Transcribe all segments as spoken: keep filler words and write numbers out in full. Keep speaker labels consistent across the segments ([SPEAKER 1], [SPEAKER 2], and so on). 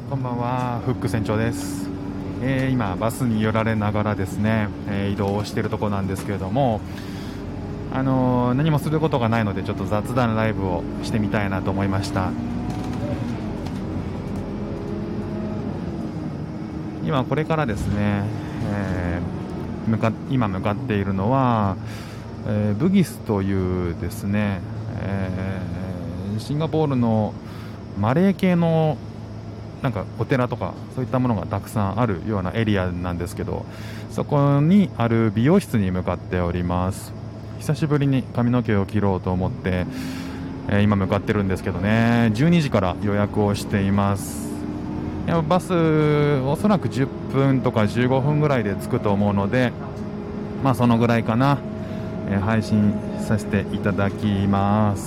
[SPEAKER 1] こんばんは、フック船長です。えー今バスに揺られながらですね、えー移動しているところなんですけれども、あのー何もすることがないのでちょっと雑談ライブをしてみたいなと思いました。今これからですね、えー向か今向かっているのは、えーブギスというですね、えーシンガポールのマレー系のなんかお寺とかそういったものがたくさんあるようなエリアなんですけど、そこにある美容室に向かっております。久しぶりに髪の毛を切ろうと思って、えー今向かってるんですけどね、じゅうにじから予約をしています。いやバスおそらくじゅっぷんとかじゅうごふんぐらいで着くと思うので、まあそのぐらいかな、えー配信させていただきます。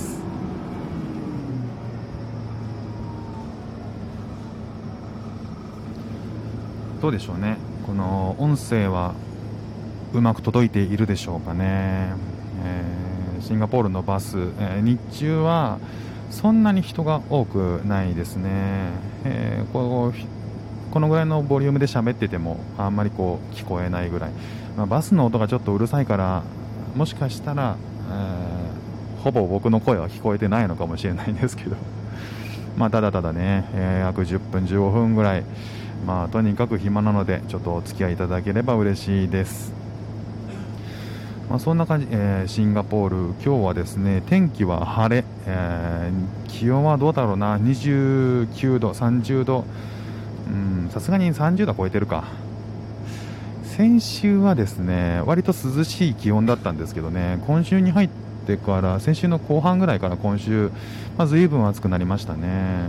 [SPEAKER 1] どうでしょうね、この音声はうまく届いているでしょうかね。えーシンガポールのバス、えー日中はそんなに人が多くないですね。えーこうこのぐらいのボリュームで喋っててもあんまりこう聞こえないぐらい、まあ、バスの音がちょっとうるさいから、もしかしたら、えーほぼ僕の声は聞こえてないのかもしれないんですけどまあただただね、えー約じゅっぷんじゅうごふんぐらい、まあとにかく暇なのでちょっとお付き合いいただければ嬉しいです。まあ、そんな感じ、えーシンガポール、今日はですね、天気は晴れ、えー気温はどうだろうな、にじゅうきゅうど、さんじゅうど、さすがにさんじゅうど超えてるか。先週はですね、割と涼しい気温だったんですけどね、今週に入ってから、先週の後半ぐらいから今週、まあ、随分暑くなりましたね。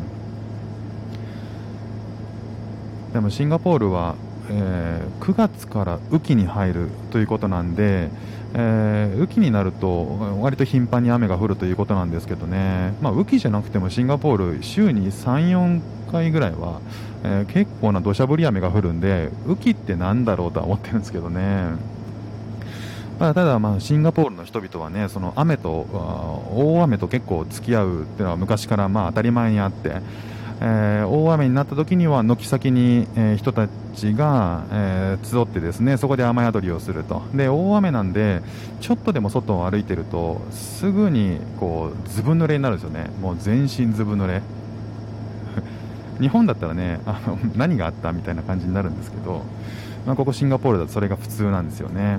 [SPEAKER 1] でもシンガポールは、えーくがつから雨季に入るということなんで、えー雨季になると割と頻繁に雨が降るということなんですけどね、まあ、雨季じゃなくてもシンガポール週にさん、よんかいぐらいは、えー結構な土砂降り雨が降るんで、雨季ってなんだろうとは思ってるんですけどね。まあ、ただ、まあシンガポールの人々はね、その雨とあ大雨と結構付き合うっていうのは昔からまあ当たり前にあって、えー大雨になった時には軒先に、えー人たちが、えー集ってですね、そこで雨宿りをすると。で大雨なんでちょっとでも外を歩いてるとすぐにこうずぶ濡れになるんですよね。もう全身ずぶ濡れ日本だったらね、あの何があったみたいな感じになるんですけど、まあ、ここシンガポールだとそれが普通なんですよね。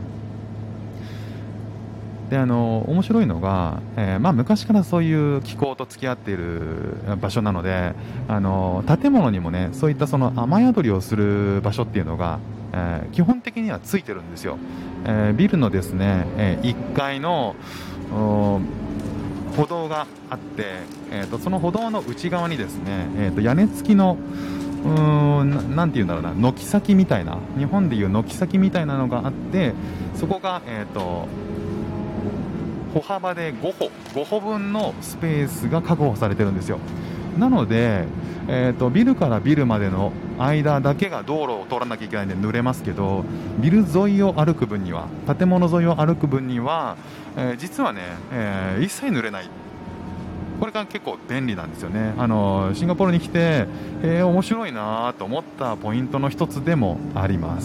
[SPEAKER 1] であの面白いのが、えーまあ、昔からそういう気候と付き合っている場所なので、あの建物にもね、そういったその雨宿りをする場所っていうのが、えー基本的にはついてるんですよ。えービルのですね、えーいっかいのお歩道があって、えーとその歩道の内側にですね、えーと屋根付きのうーんななんていうんだろうな、軒先みたいな、日本でいう軒先みたいなのがあって、そこが、えーと歩幅でごほごほぶんのスペースが確保されてるんですよ。なので、えー、とビルからビルまでの間だけが道路を通らなきゃいけないんで濡れますけど、ビル沿いを歩く分には、建物沿いを歩く分には、えー実はね、えー一切濡れない。これが結構便利なんですよね。あのシンガポールに来て、えー面白いなと思ったポイントの一つでもあります。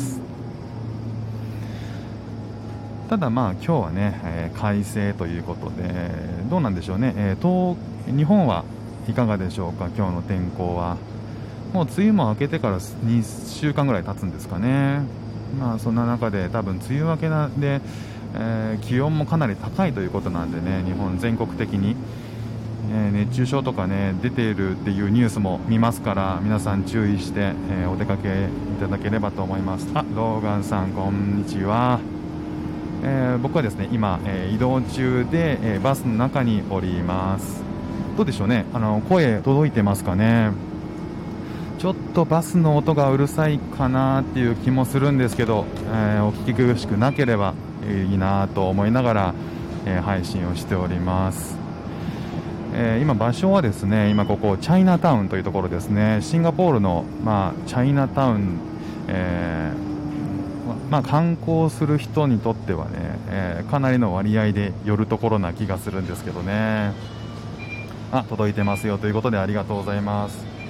[SPEAKER 1] ただまあ今日はね、えー快晴ということで、どうなんでしょうね、えー東日本はいかがでしょうか、今日の天候は。もう梅雨も明けてからにしゅうかんぐらい経つんですかね。まあそんな中で多分梅雨明けなんで、えー気温もかなり高いということなんでね、日本全国的に、えー熱中症とかね出ているっていうニュースも見ますから、皆さん注意して、えーお出かけいただければと思います。あ、ローガンさんこんにちは。えー僕はですね今、えー移動中で、えーバスの中におります。どうでしょうね、あの声届いてますかね。ちょっとバスの音がうるさいかなっていう気もするんですけど、えーお聞き苦しくなければいいなと思いながら、えー配信をしております。えー今場所はですね、今ここチャイナタウンというところですね。シンガポールの、まあ、チャイナタウン、えーまあ、観光する人にとってはね、えーかなりの割合で寄るところな気がするんですけどね。あ、届いてますよということでありがとうございます。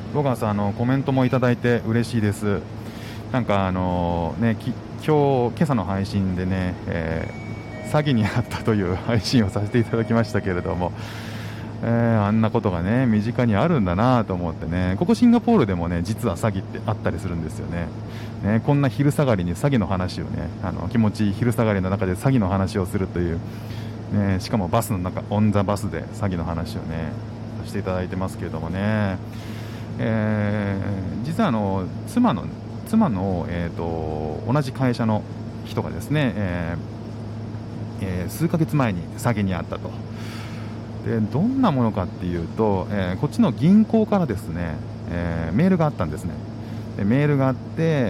[SPEAKER 1] ロガンさん、あのコメントもいただいて嬉しいです。なんかあのね、き今日今朝の配信でね、えー、詐欺にあったという配信をさせていただきましたけれども、えー、あんなことがね身近にあるんだなと思ってね、ここシンガポールでもね実は詐欺ってあったりするんですよね。ね、こんな昼下がりに詐欺の話をね、あの気持ちいい昼下がりの中で詐欺の話をするという、ね、しかもバスの中、オンザバスで詐欺の話をねさせていただいてますけれどもね、えー、実はあの妻の妻の、えー、と同じ会社の人がですね、えーえー、数ヶ月前に詐欺にあったと。でどんなものかっていうと、えー、こっちの銀行からですね、えー、メールがあったんですね。でメールがあって、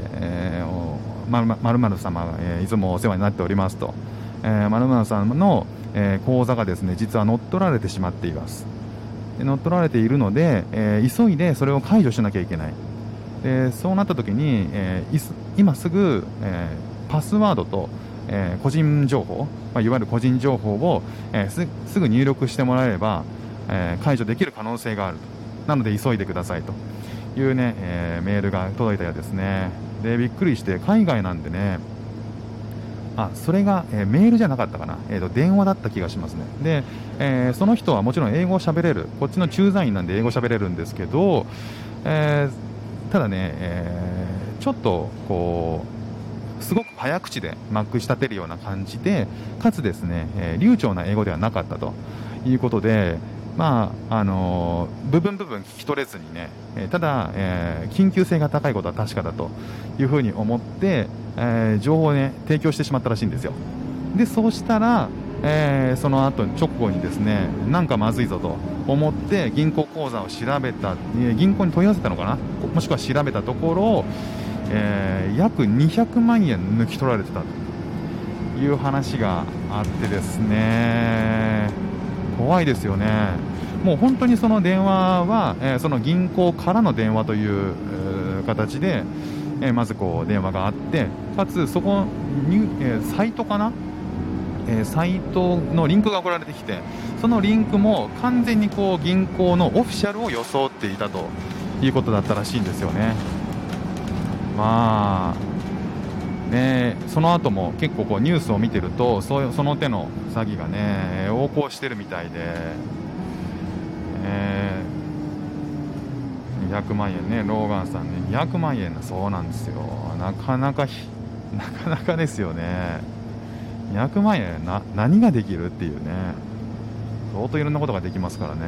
[SPEAKER 1] えー、まるまる様が、えー、いつもお世話になっておりますと、えー、まるまるさんの、えー、口座がですね実は乗っ取られてしまっています。で乗っ取られているので、えー、急いでそれを解除しなきゃいけない。でそうなった時に、えー、いす今すぐ、えー、パスワードと、えー、個人情報、まあ、いわゆる個人情報を、えー、す, すぐ入力してもらえれば、えー、解除できる可能性がある。なので急いでくださいというね、えー、メールが届いたようですね。でびっくりして、海外なんでね、あそれが、えー、メールじゃなかったかな、えー、と電話だった気がしますね。で、えー、その人はもちろん英語を喋れる、こっちの駐在員なんで英語喋れるんですけど、えーただね、えー、ちょっとこうすごく早口でまくし立てるような感じで、かつですね、えー、流暢な英語ではなかったということで、まああのー、部分部分聞き取れずにね、えー、ただ、えー、緊急性が高いことは確かだというふうに思って、えー、情報をね提供してしまったらしいんですよ。でそうしたら、えー、その後直後にですね、なんかまずいぞと思って銀行口座を調べた、銀行に問い合わせたのかな、もしくは調べたところ、えー、約にひゃくまんえん抜き取られてたという話があってですね、怖いですよね。もう本当にその電話は、えー、その銀行からの電話という、えー、形で、えー、まずこう電話があって、かつそこに、えー、サイトかな、えー、サイトのリンクが送られてきて、そのリンクも完全にこう銀行のオフィシャルを装っていたということだったらしいんですよね。まあね、その後も結構こうニュースを見てると、そうその手の詐欺がね横行してるみたいで、えー、にひゃくまんえんね、ローガンさんね、にひゃくまんえんな、そうなんですよ。なかなかなかなかですよね。にひゃくまんえんな何ができるっていうね、相当いろんなことができますからね。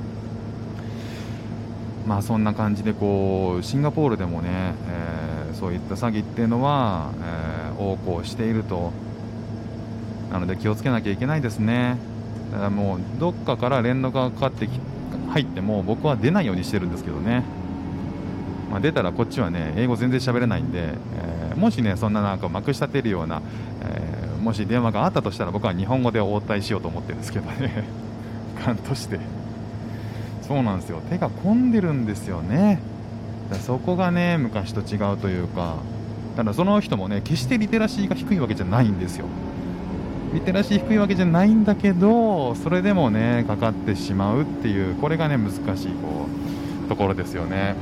[SPEAKER 1] まあそんな感じでこうシンガポールでもね、えー、そういった詐欺っていうのは、えー、横行していると。なので気をつけなきゃいけないですね。だからもうどっかから連絡がかかってき入っても僕は出ないようにしてるんですけどね。まあ、出たらこっちはね英語全然喋れないんで、えー、もしねそんななんかまくし立てるような、えー、もし電話があったとしたら僕は日本語で応対しようと思ってるんですけどね勘として。そうなんですよ、手が込んでるんですよね。だそこがね昔と違うというか、ただその人もね決してリテラシーが低いわけじゃないんですよ。リテラシー低いわけじゃないんだけど、それでもねかかってしまうっていう、これがね難しいこうところですよね。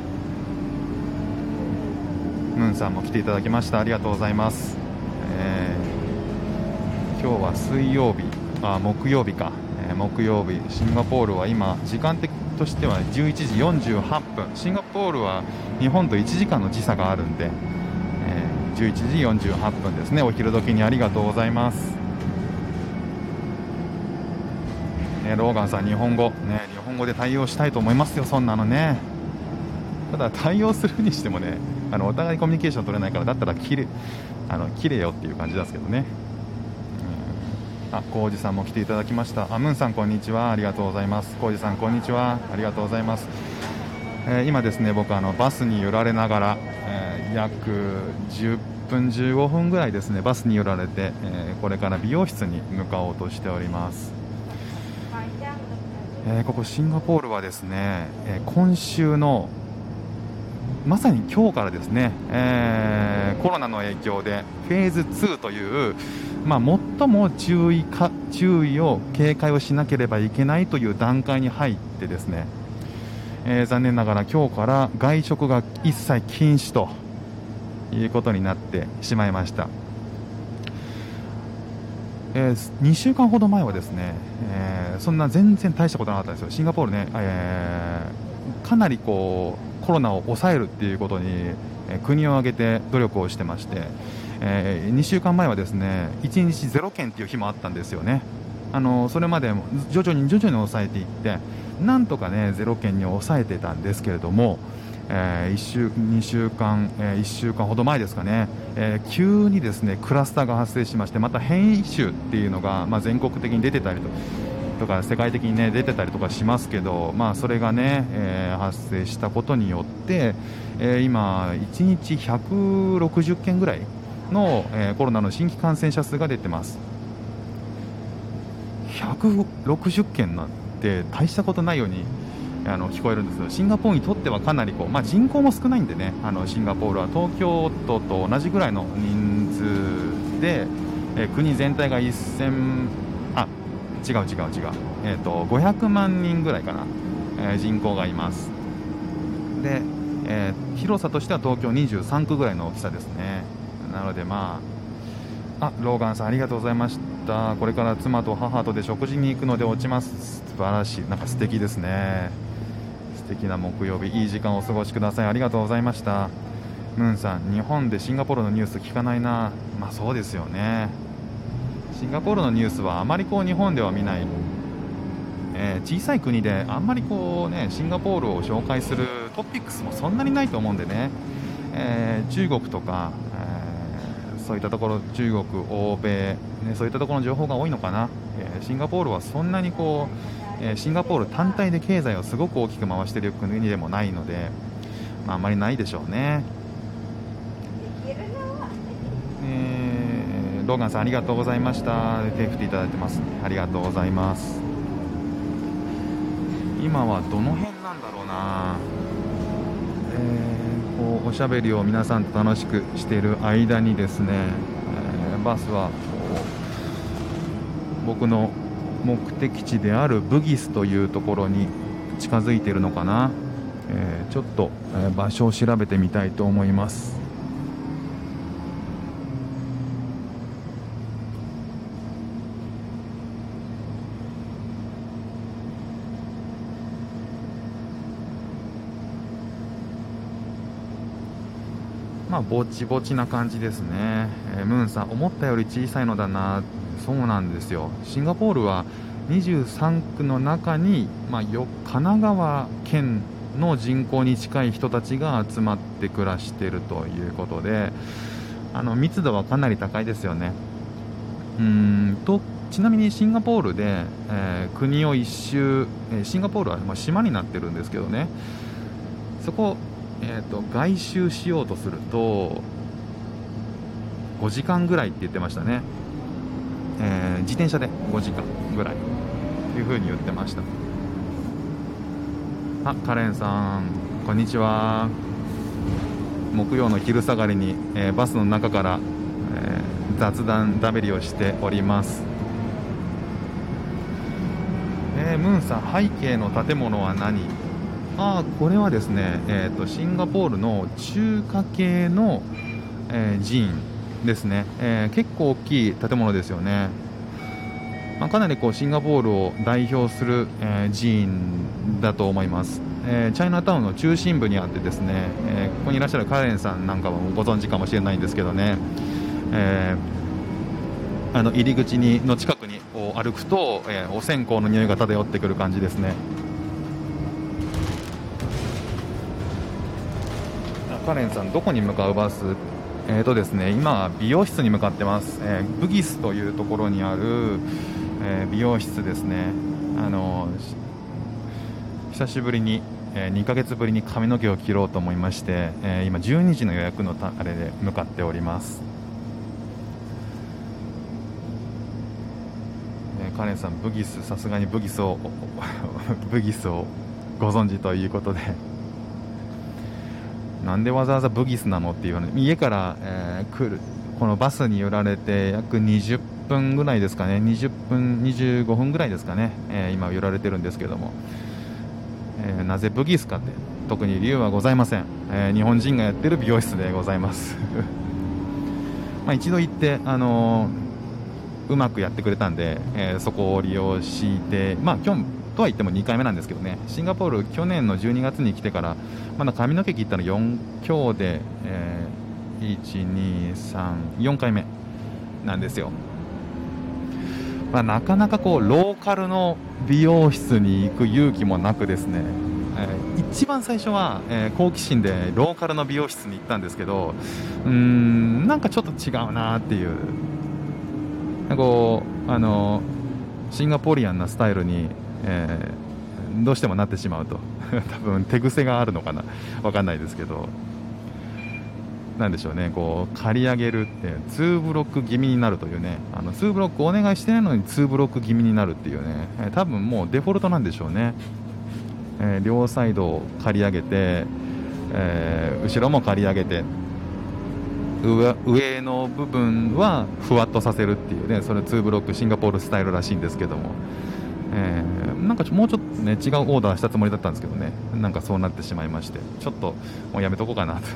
[SPEAKER 1] ムンさんも来ていただきました、ありがとうございます。えー、今日は水曜日、あ木曜日か、えー、木曜日、シンガポールは今時間的としてはじゅういちじよんじゅうはっぷん、シンガポールは日本といちじかんの時差があるんで、えー、じゅういちじよんじゅうはっぷんですね。お昼時にありがとうございます。ね、ローガンさん日本語、ね、日本語で対応したいと思いますよ、そんなのね。ただ対応するにしてもね、あのお互いコミュニケーション取れないから、だったらきれあのきれよっていう感じですけどね。うん、あ、コウジさんも来ていただきました。あ、ムンさんこんにちは、ありがとうございます。コウジさんこんにちは、ありがとうございます。えー、今ですね僕あのバスに揺られながら、えー、約じゅっぷんじゅうごふんぐらいですねバスに揺られて、えー、これから美容室に向かおうとしております。えー、ここシンガポールはですね、えー、今週のまさに今日からですね、えー、コロナの影響でフェーズツーという、まあ、最も注意か注意を警戒をしなければいけないという段階に入ってですね、 えー、残念ながら今日から外食が一切禁止ということになってしまいました。えー、にしゅうかんほど前はですね、えー、そんな全然大したことなかったんですよ。シンガポールね、えー、かなりこうコロナを抑えるっていうことに、えー、国を挙げて努力をしてまして、えー、にしゅうかんまえはですねいちにちゼロけんっていう日もあったんですよね。あのそれまで徐々に徐々に抑えていってなんとかねゼロけんに抑えてたんですけれども、えー、いっしゅうにしゅうかん、えー、いっしゅうかんほど前ですかね、えー、急にですねクラスターが発生しまして、また変異種っていうのが、まあ、全国的に出てたりととか世界的に、ね、出てたりとかしますけど、まあ、それがね、えー、発生したことによって、えー、今いちにちひゃくろくじゅっけんぐらいの、えー、コロナの新規感染者数が出てます。ひゃくろくじゅっけんなんて大したことないようにあの聞こえるんですけど、シンガポールにとってはかなりこう、まあ、人口も少ないんでね、あのシンガポールは東京都と同じぐらいの人数で、えー、国全体がせんあ違う違う違う、えー、とごひゃくまんにんぐらいかな、えー、人口がいます。で、えー、広さとしては東京にじゅうさんくぐらいの大きさですね。なのでまああローガンさんありがとうございました。これから妻と母とで食事に行くので落ちます。素晴らしい、なんか素敵ですね。素敵な木曜日、いい時間をお過ごしください。ありがとうございました。ムーンさん、日本でシンガポールのニュース聞かないな。まあそうですよね。シンガポールのニュースはあまりこう日本では見ない、えー、小さい国であんまりこうねシンガポールを紹介するトピックスもそんなにないと思うんでね、えー、中国とか、えー、そういったところ中国、欧米、ね、そういったところの情報が多いのかな。えー、シンガポールはそんなにこう、えー、シンガポール単体で経済をすごく大きく回している国でもないので、まあ、あまりないでしょうね。えー、ローガンさんありがとうございました。手振っていただいてます。ありがとうございます。今はどの辺なんだろうな。えー、こうおしゃべりを皆さんと楽しくしている間にですね、えー、バスは僕の目的地であるブギスというところに近づいているのかな。えー、ちょっと、えー、場所を調べてみたいと思います。まあぼちぼちな感じですね。えー、ムーンさん思ったより小さいのだな。そうなんですよ。シンガポールはにじゅうさんくの中に、まあ、よ神奈川県の人口に近い人たちが集まって暮らしているということで、あの密度はかなり高いですよね。うーんとちなみにシンガポールで、えー、国を一周、えー、シンガポールはまあ島になってるんですけどね、そこ、えー、と外周しようとするとごじかんぐらいって言ってましたね。えー、自転車でごじかんぐらいという風に言ってました。あ、カレンさんこんにちは。木曜の昼下がりに、えー、バスの中から、えー、雑談だべりをしております。えー、ムーンさん背景の建物は何？あこれはですね、えーと、シンガポールの中華系の、えー、寺院ですね。えー、結構大きい建物ですよね。まあ、かなりこうシンガポールを代表する、えー、寺院だと思います。えー、チャイナタウンの中心部にあってですね、えー、ここにいらっしゃるカレンさんなんかもご存知かもしれないんですけどね、えー、あの入り口にの近くにこう歩くと、えー、お線香の匂いが漂ってくる感じですね。カレンさんどこに向かうバス？えーとですね、今美容室に向かってます。えー、ブギスというところにある、えー、美容室ですね。あの久しぶりに、えー、にかげつぶりに髪の毛を切ろうと思いまして、えー、今じゅうにじの予約のあれで向かっております。えー、カレンさんブギス、さすがにブギスをブギスをご存知ということでなんでわざわざブギスなのっていうの家から、えー、来るこのバスに揺られて約にじゅっぷんぐらいですかね、にじゅっぷんにじゅうごふんぐらいですかね、えー、今揺られてるんですけども、 えー、なぜブギースかって、特に理由はございません。えー、日本人がやってる美容室でございますまあ一度行って、あのー、うまくやってくれたんで、えー、そこを利用して、まあ今日とは言ってもにかいめなんですけどね、シンガポール去年のじゅうにがつに来てからまだ髪の毛切ったのよん強で、えー、いちにさんよんかいめなんですよ。まあ、なかなかこうローカルの美容室に行く勇気もなくですね、えー、一番最初は、えー、好奇心でローカルの美容室に行ったんですけど、うーんなんかちょっと違うなっていう、なんかこうあのシンガポリアンなスタイルに、えー、どうしてもなってしまうと多分手癖があるのかな、わかんないですけど、なんでしょうね、こう借り上げるってツーブロック気味になるというね、あのツーブロックお願いしてないのにツーブロック気味になるっていうね、えー多分もうデフォルトなんでしょうね。えー両サイドを借り上げて、えー後ろも借り上げて、上上の部分はふわっとさせるっていうね、それツーブロックシンガポールスタイルらしいんですけども、えーなんかもうちょっとね違うオーダーしたつもりだったんですけどね、なんかそうなってしまいまして、ちょっともうやめとこうかなと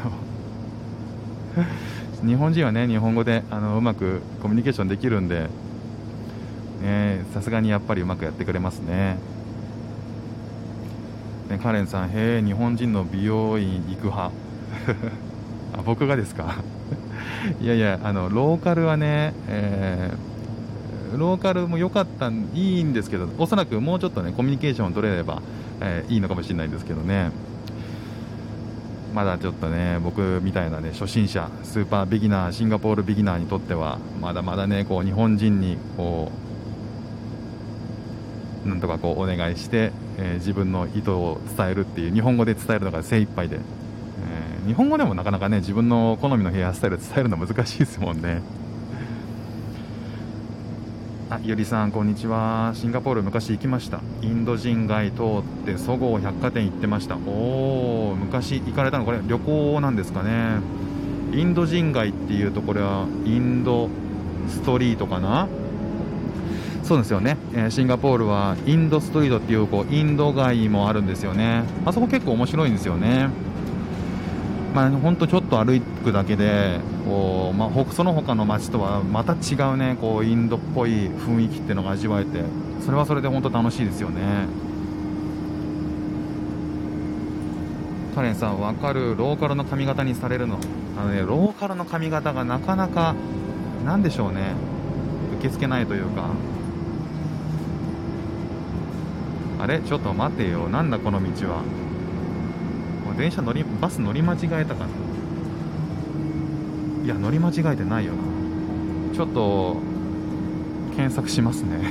[SPEAKER 1] 日本人はね日本語であのうまくコミュニケーションできるんで、ね、さすがにやっぱりうまくやってくれますね。ね、カレンさん、へえ、日本人の美容院行く派あ、僕がですかいやいや、あのローカルはね、えーローカルも良かったんいいんですけど、おそらくもうちょっとねコミュニケーションを取れれば、えーいいのかもしれないんですけどね、まだちょっとね僕みたいなね初心者スーパービギナーシンガポールビギナーにとってはまだまだねこう日本人にこうなんとかこうお願いして、えー自分の意図を伝えるっていう、日本語で伝えるのが精一杯で、えー日本語でもなかなかね自分の好みのヘアスタイル伝えるの難しいですもんね。あ、ゆりさんこんにちは。シンガポール昔行きました。インド人街通ってそごう百貨店行ってました。おお、昔行かれたの、これ旅行なんですかね。インド人街っていうとこれはインドストリートかな。そうですよね、えーシンガポールはインドストリートっていうこうインド街もあるんですよね。あそこ結構面白いんですよね。まあ本当ちょっと歩くだけでこう、まあ、ほその他の街とはまた違うねこうインドっぽい雰囲気っていうのが味わえて、それはそれで本当楽しいですよね。カレンさんわかる、ローカルの髪型にされるの、あのねローカルの髪型がなかなかなんでしょうね、受け付けないというか、あれちょっと待てよ、なんだこの道は、もう電車乗りバス乗り間違えたかな。いや乗り間違えてないよな。ちょっと検索しますね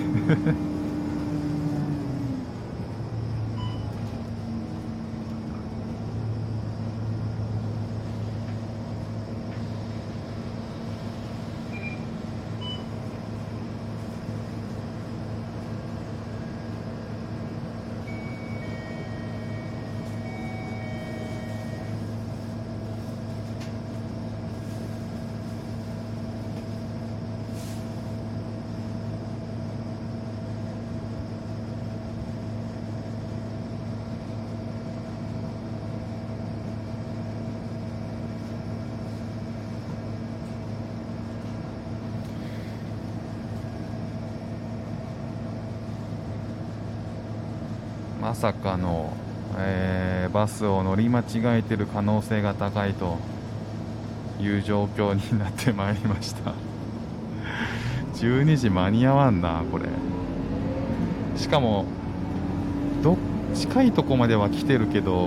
[SPEAKER 1] まさかの、えーバスを乗り間違えてる可能性が高いという状況になってまいりましたじゅうにじ間に合わんなこれ。しかもど近いとこまでは来てるけど、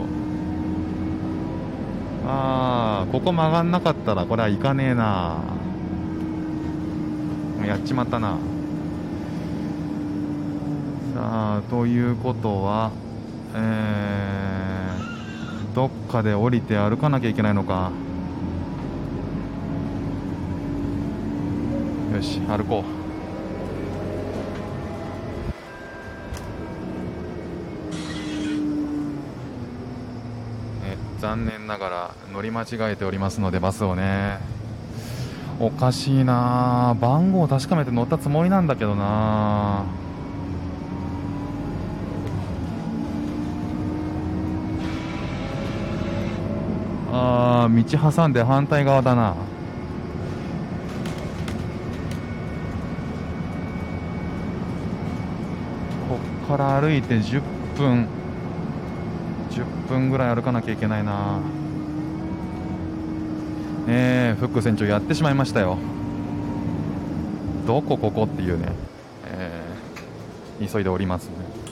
[SPEAKER 1] あーここ曲がんなかったらこれは行かねえな、やっちまったな。さあということは、えー、どっかで降りて歩かなきゃいけないのか。よし歩こう。え残念ながら乗り間違えておりますのでバスをね、おかしいな、番号を確かめて乗ったつもりなんだけどな。 あー、道挟んで反対側だな。こっから歩いてじゅっぷんじゅっぷんぐらい歩かなきゃいけないな。えー、フック船長やってしまいましたよ。どこここっていうね、えー、急いでおりますね。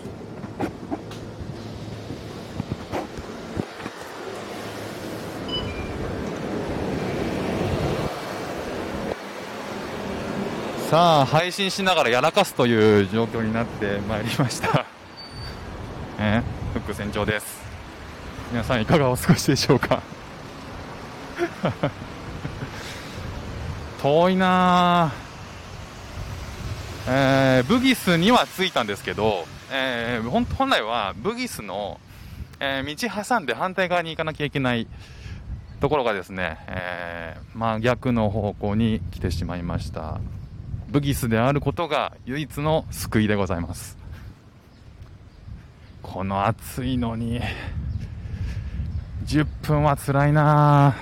[SPEAKER 1] さあ配信しながらやらかすという状況になってまいりました、えー、フック船長です。皆さんいかがお過ごしでしょうか遠いな、えー、ブギスには着いたんですけど、えー、本, 本来はブギスの、えー、道挟んで反対側に行かなきゃいけないところがですね、えー、真逆の方向に来てしまいました。ブギスであることが唯一の救いでございます。この暑いのにじゅっぷんは辛いな。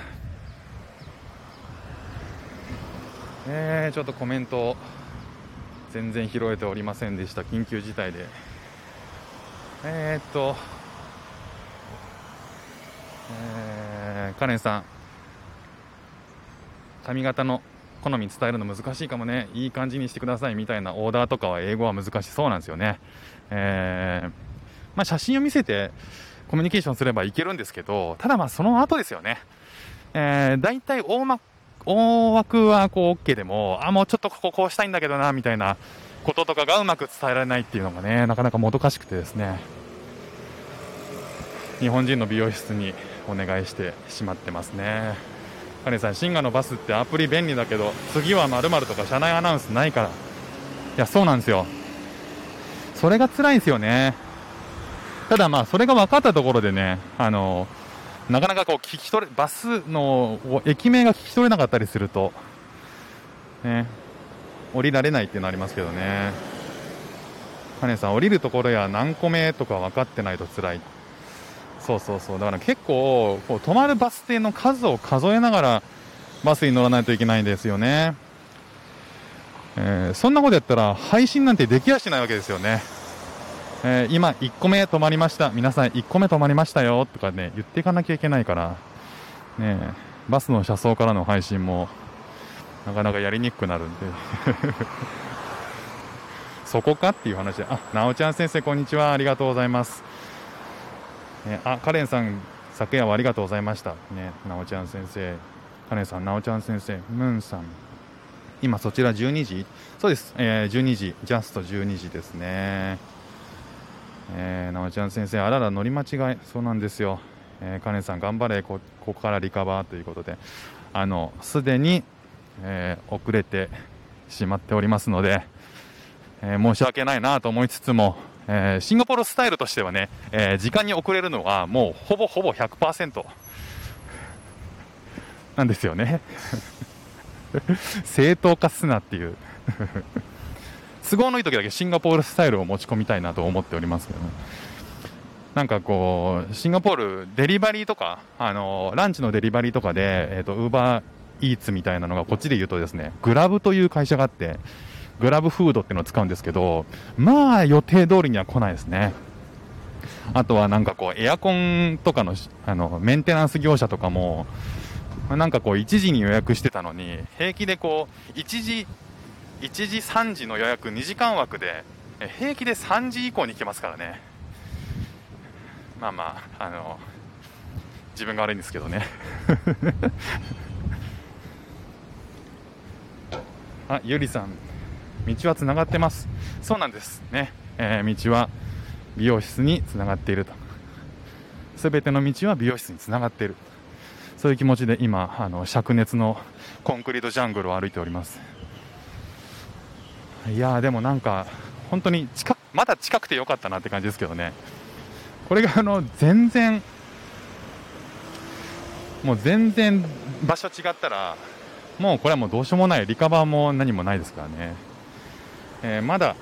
[SPEAKER 1] えー、ちょっとコメント全然拾えておりませんでした。緊急事態でえー、っとえー、カレンさん、髪型の好み伝えるの難しいかもね、いい感じにしてくださいみたいなオーダーとかは英語は難しそうなんですよね。えーまあ、写真を見せてコミュニケーションすればいけるんですけど、ただまあその後ですよね。えー、だいたい大ま大枠はこう OK でも、あもうちょっとこここうしたいんだけどなみたいなこととかがうまく伝えられないっていうのがね、なかなかもどかしくてですね、日本人の美容室にお願いしてしまってますね。カレンさん、シンガのバスってアプリ便利だけど次は〇〇とか車内アナウンスないから。いやそうなんですよ、それが辛いんですよね。ただまあそれが分かったところでね、あのなかなかこう聞き取れバスの駅名が聞き取れなかったりするとね、降りられないっていうのありますけどね。カレンさん、降りるところや何個目とか分かってないと辛い。そうそうそう、だから結構こう止まるバス停の数を数えながらバスに乗らないといけないんですよね。えー、そんなことやったら配信なんてできやしないわけですよね。えー、今いっこめ止まりました、皆さんいっこめ止まりましたよとかね言っていかなきゃいけないからね。バスの車窓からの配信もなかなかやりにくくなるんでそこかっていう話で、あ、なおちゃん先生こんにちは、ありがとうございます。ね、あ、カレンさん昨夜はありがとうございましたね。なおちゃん先生、カレンさん、なおちゃん先生、ムーンさん、今そちらじゅうにじ、そうです、えー、じゅうにじ、ジャストじゅうにじですね。えー、なおちゃん先生、あらら乗り間違い、そうなんですよ。えー、カレンさん頑張れ、こここからリカバーということで、あのすでに、えー、遅れてしまっておりますので、えー、申し訳ないなと思いつつも、えー、シンガポールスタイルとしてはね、えー、時間に遅れるのはもうほぼほぼ ひゃくパーセント なんですよね正当化すなっていう都合のいい時だけシンガポールスタイルを持ち込みたいなと思っておりますけどね。なんかこうシンガポールデリバリーとか、あのランチのデリバリーとかで、えーと、ウーバーイーツみたいなのがこっちで言うとですね、グラブという会社があって、グラブフードっていうのを使うんですけど、まあ予定通りには来ないですね。あとはなんかこうエアコンとかの、あのメンテナンス業者とかもなんかこういちじに予約してたのに平気でこういちじいちじさんじの予約にじかん枠で平気でさんじ以降に来ますからね。まあまあ、あの自分が悪いんですけどねあ、ゆりさん、道はつながってます。そうなんですね、えー、道は美容室につながっていると。すべての道は美容室につながっている、そういう気持ちで今あの灼熱のコンクリートジャングルを歩いております。いやーでもなんか本当に近まだ近くてよかったなって感じですけどね。これがあの全然もう全然場所違ったらもうこれはもうどうしようもない、リカバーも何もないですからね。えー、まだ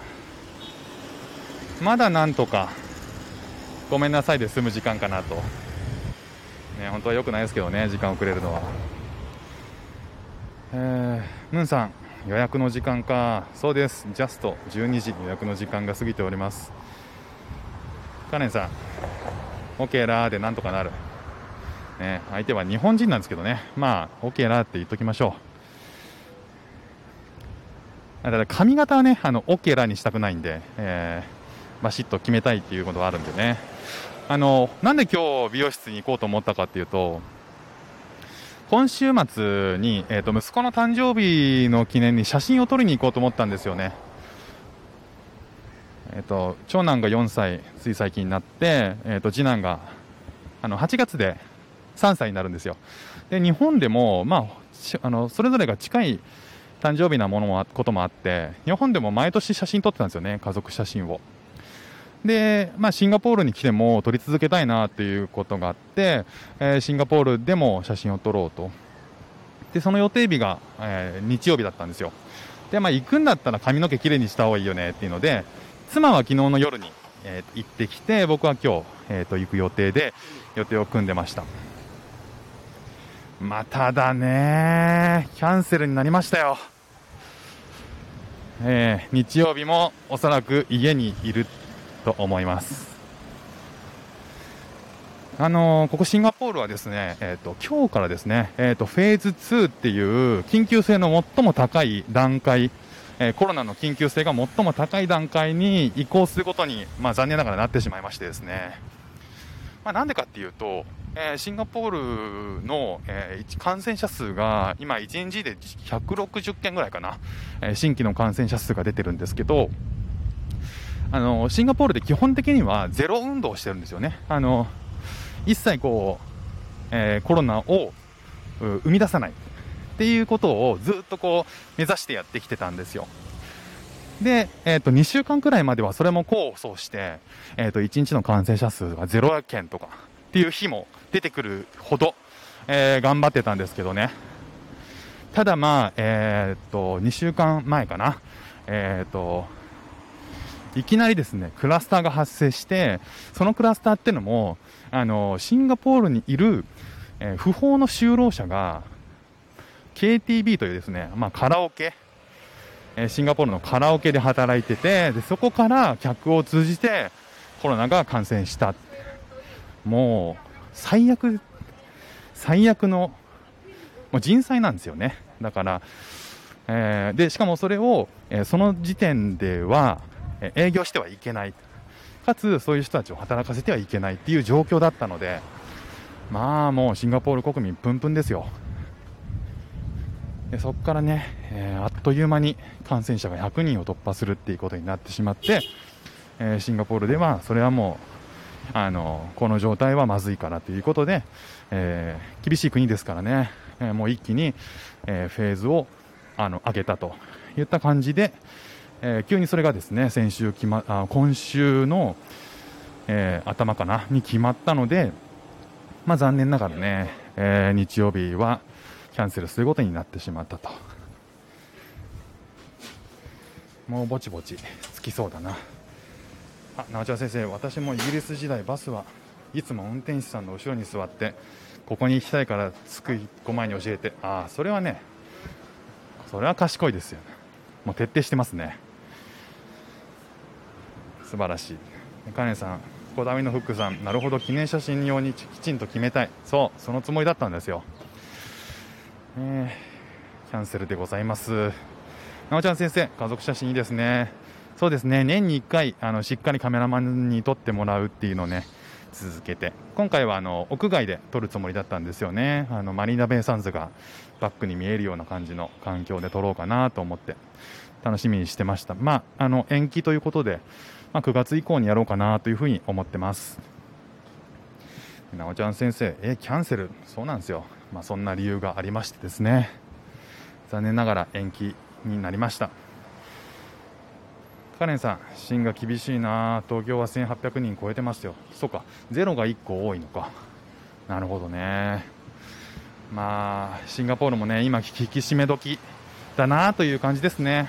[SPEAKER 1] まだなんとかごめんなさいで済む時間かなと、 ね、本当は良くないですけどね、時間遅れるのは。えー、ムンさん、予約の時間か。そうです、ジャストじゅうにじ予約の時間が過ぎております。カレンさん、 OK ラーでなんとかなる、ね、相手は日本人なんですけどね、まあ OK ラーって言っときましょう。だから髪型はね、あの OK ラーにしたくないんで、えー、バシッと決めたいっていうことはあるんでね。あのなんで今日美容室に行こうと思ったかっていうと、今週末に、えー、と息子の誕生日の記念に写真を撮りに行こうと思ったんですよね。えー、と長男がよんさい、つい最近になって、えー、と次男があのはちがつでさんさいになるんですよ。で日本でも、まあ、あのそれぞれが近い誕生日なものもこともあって、日本でも毎年写真撮ってたんですよね、家族写真を。で、まあ、シンガポールに来ても撮り続けたいなということがあって、えー、シンガポールでも写真を撮ろうと。でその予定日が、えー、日曜日だったんですよ。で、まあ、行くんだったら髪の毛きれいにした方がいいよねっていうので、妻は昨日の夜に、えー、行ってきて、僕は今日、えー、と行く予定で予定を組んでました。まあ、ただね、キャンセルになりましたよ。えー、日曜日もおそらく家にいると思います。あのー、ここシンガポールはですね、えー、と今日からですね、えー、とフェーズツーっていう緊急性の最も高い段階、えー、コロナの緊急性が最も高い段階に移行することに、まあ、残念ながらなってしまいましてですね、まあ、なんでかっていうと、えー、シンガポールの、えー、感染者数が今いちにちでひゃくろくじゅっけんぐらいかな、えー、新規の感染者数が出てるんですけど、あのシンガポールで基本的にはゼロ運動をしてるんですよね。あの一切こう、えー、コロナを生み出さないっていうことをずっとこう目指してやってきてたんですよ。で、えー、とにしゅうかんくらいまではそれも功を奏して、えー、といちにちの感染者数がゼロけんとかっていう日も出てくるほど、えー、頑張ってたんですけどね。ただまあ、えー、とにしゅうかんまえかな、えー、といきなりですねクラスターが発生して、そのクラスターっていうのもあのシンガポールにいる、えー、不法の就労者が ケーティービー というですね、まあ、カラオケ、えー、シンガポールのカラオケで働いてて、でそこから客を通じてコロナが感染した。もう最悪最悪のもう人災なんですよね。だから、えー、でしかもそれを、えー、その時点では営業してはいけない、かつそういう人たちを働かせてはいけないっていう状況だったので、まあもうシンガポール国民プンプンですよ。でそこからね、えー、あっという間に感染者がひゃくにんを突破するっていうことになってしまって、えー、シンガポールではそれはもうあのこの状態はまずいからということで、えー、厳しい国ですからね、えー、もう一気に、えー、フェーズをあの上げたといった感じで、えー、急にそれがですね先週決、ま、あ今週の、えー、頭かなに決まったので、まあ、残念ながらね、えー、日曜日はキャンセルすることになってしまったと。もうぼちぼちつきそうだな。あ、直ちゃん先生、私もイギリス時代バスはいつも運転手さんの後ろに座ってここに行きたいから着くいっこまえに教えて、ああそれはね、それは賢いですよね。もう徹底してますね。素晴らしい。カネさん、こだわりのフックさん、なるほど、記念写真用にきちんと決めたい。そう、そのつもりだったんですよ。えー、キャンセルでございます。なおちゃん先生、家族写真いいですね。そうですね、年にいっかいあのしっかりカメラマンに撮ってもらうっていうのをね続けて、今回はあの屋外で撮るつもりだったんですよね。あのマリーナベイサンズがバックに見えるような感じの環境で撮ろうかなと思って楽しみにしてました。まあ、あの延期ということで、まあ、くがつ以降にやろうかなというふうに思ってます。なおちゃん先生、えキャンセル、そうなんですよ。まあ、そんな理由がありましてですね、残念ながら延期になりました。カレンさん、新が厳しいな。東京はせんはっぴゃくにん超えてますよ。そうか、ゼロがいっこ多いのか。なるほどね。まあシンガポールもね今引き締め時だなという感じですね。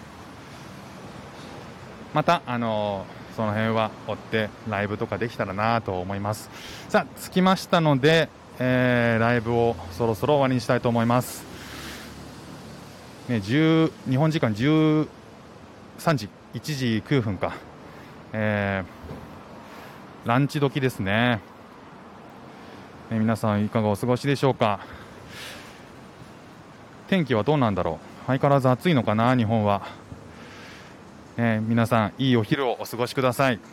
[SPEAKER 1] またあのその辺は追ってライブとかできたらなと思います。さあ着きましたので、 えー、ライブをそろそろ終わりにしたいと思います、ね、じゅう日本時間じゅうさんじいちじきゅうふんか、えー、ランチ時ですね。ね、皆さんいかがお過ごしでしょうか。天気はどうなんだろう。相変わらず暑いのかな、日本は。ね、皆さんいいお昼をお過ごしください。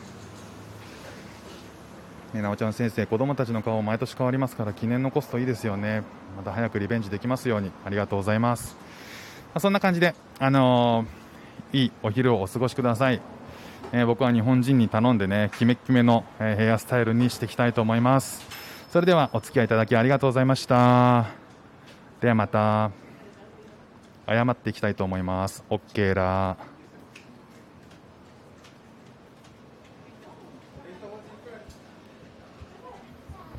[SPEAKER 1] ね、なおちゃん先生、子供たちの顔毎年変わりますから記念残すといいですよね。また早くリベンジできますように。ありがとうございます。まあ、そんな感じで、あのー、いいお昼をお過ごしください。えー、僕は日本人に頼んでね、キメッキメの、えー、ヘアスタイルにしていきたいと思います。それではお付き合いいただきありがとうございました。ではまた謝っていきたいと思います。 OK ら